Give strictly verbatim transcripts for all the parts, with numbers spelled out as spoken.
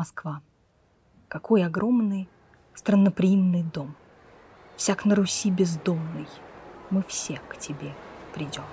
Москва, какой огромный странноприимный дом. Всяк на Руси бездомный, мы все к тебе придем.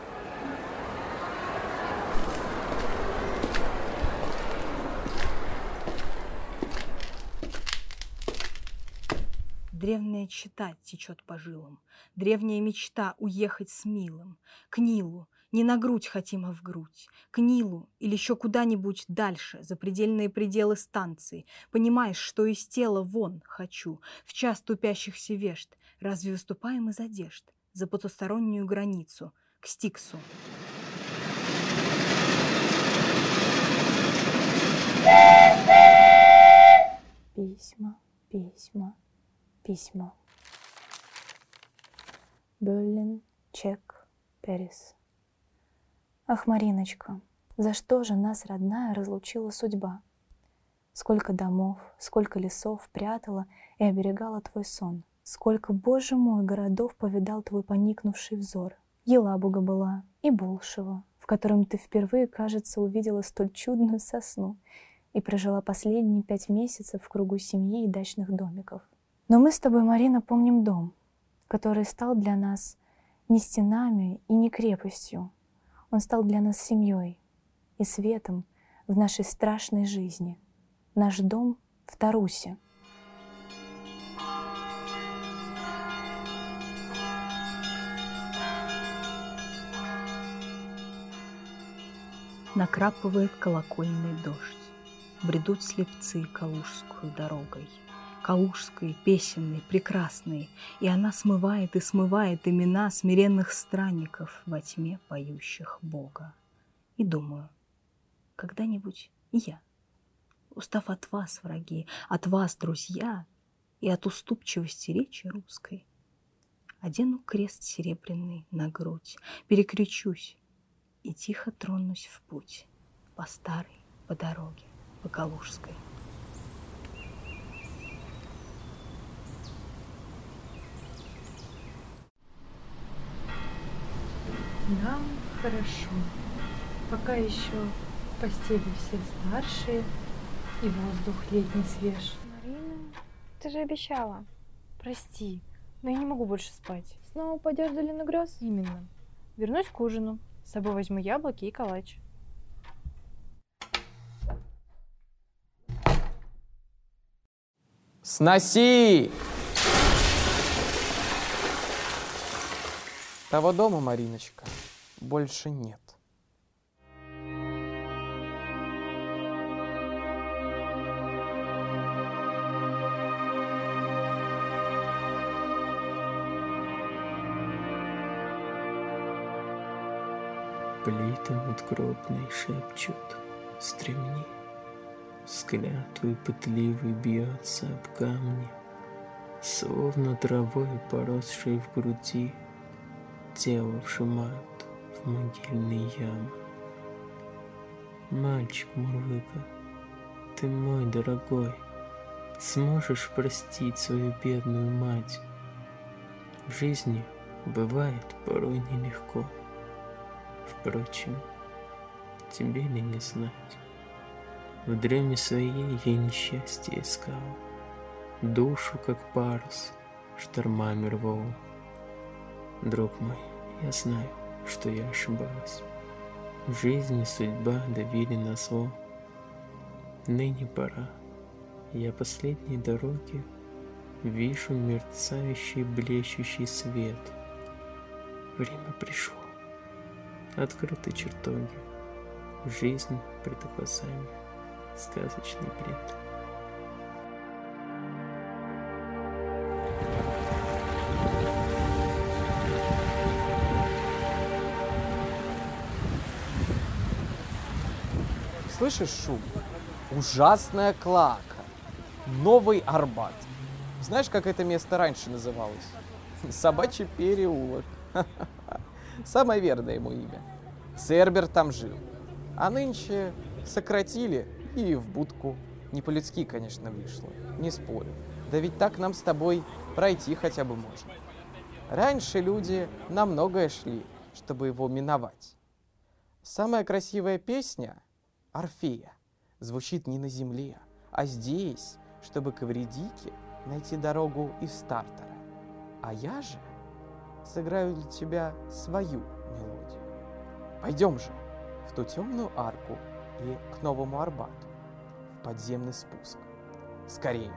Древняя чета течет по жилам, древняя мечта уехать с милым к Нилу, не на грудь хотим, а в грудь, к Нилу или еще куда-нибудь дальше, за предельные пределы станции. Понимаешь, что из тела вон хочу, в час тупящихся вежд, разве выступаем из одежд за потустороннюю границу, к Стиксу? Письма, письма. Письма. Берлин, Чек, Перес. Ах, Мариночка, за что же нас, родная, разлучила судьба? Сколько домов, сколько лесов прятала и оберегала твой сон. Сколько, Боже мой, городов повидал твой поникнувший взор. Елабуга была и Болшево, в котором ты впервые, кажется, увидела столь чудную сосну и прожила последние пять месяцев в кругу семьи и дачных домиков. Но мы с тобой, Марина, помним дом, который стал для нас не стенами и не крепостью. Он стал для нас семьей и светом в нашей страшной жизни. Наш дом в Тарусе. Накрапывает колокольный дождь, бредут слепцы Калужскую дорогой. Калужской, песенной, прекрасной, и она смывает и смывает имена смиренных странников во тьме поющих Бога. И думаю, когда-нибудь и я, устав от вас, враги, от вас, друзья, и от уступчивости речи русской, одену крест серебряный на грудь, перекричусь и тихо тронусь в путь по старой, по дороге, по Калужской. Нам хорошо, пока еще в постели все старшие и воздух летний свеж. Марина, ты же обещала. Прости, но я не могу больше спать. Снова пойдешь в долину грез? Именно. Вернусь к ужину. С собой возьму яблоки и калач. Сноси! Того дома, Мариночка, больше нет. Плиты надгробные шепчут, стремни, с клятвой пытливой бьется об камни, словно травой поросшей в груди, тело вжимают в могильные ямы. Мальчик Мурлыка, ты мой дорогой, сможешь простить свою бедную мать? В жизни бывает порой нелегко. Впрочем, тебе ли не знать? В дреме своей я несчастье искал, душу, как парус, штормами рвал. Друг мой, я знаю, что я ошибалась. Жизнь и судьба давили на зло. Ныне пора. Я последней дороги вижу мерцающий, блещущий свет. Время пришло. Открыты чертоги. Жизнь пред глазами. Сказочный бред. Слышишь шум? Ужасная клака. Новый Арбат. Знаешь, как это место раньше называлось? Собачий переулок. Самое верное ему имя. Цербер там жил. А нынче сократили и в будку. Не по-людски, конечно, вышло. Не спорю. Да ведь так нам с тобой пройти хотя бы можно. Раньше люди на многое шли, чтобы его миновать. Самая красивая песня Орфея звучит не на земле, а здесь, чтобы к Эвредике найти дорогу из Тартара. А я же сыграю для тебя свою мелодию. Пойдем же в ту темную арку и к Новому Арбату, в подземный спуск. Скорее!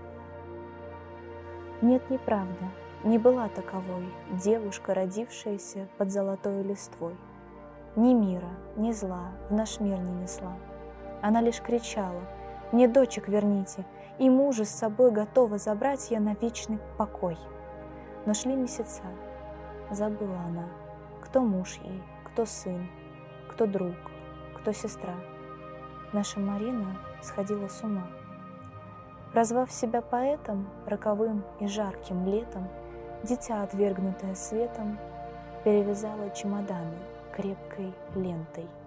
Нет, неправда, не была таковой девушка, родившаяся под золотой листвой. Ни мира, ни зла в наш мир не несла. Она лишь кричала: «Мне дочек верните, и мужа с собой готова забрать я на вечный покой». Но шли месяца, забыла она, кто муж ей, кто сын, кто друг, кто сестра. Наша Марина сходила с ума. Прозвав себя поэтом, роковым и жарким летом, дитя, отвергнутое светом, перевязала чемоданы крепкой лентой.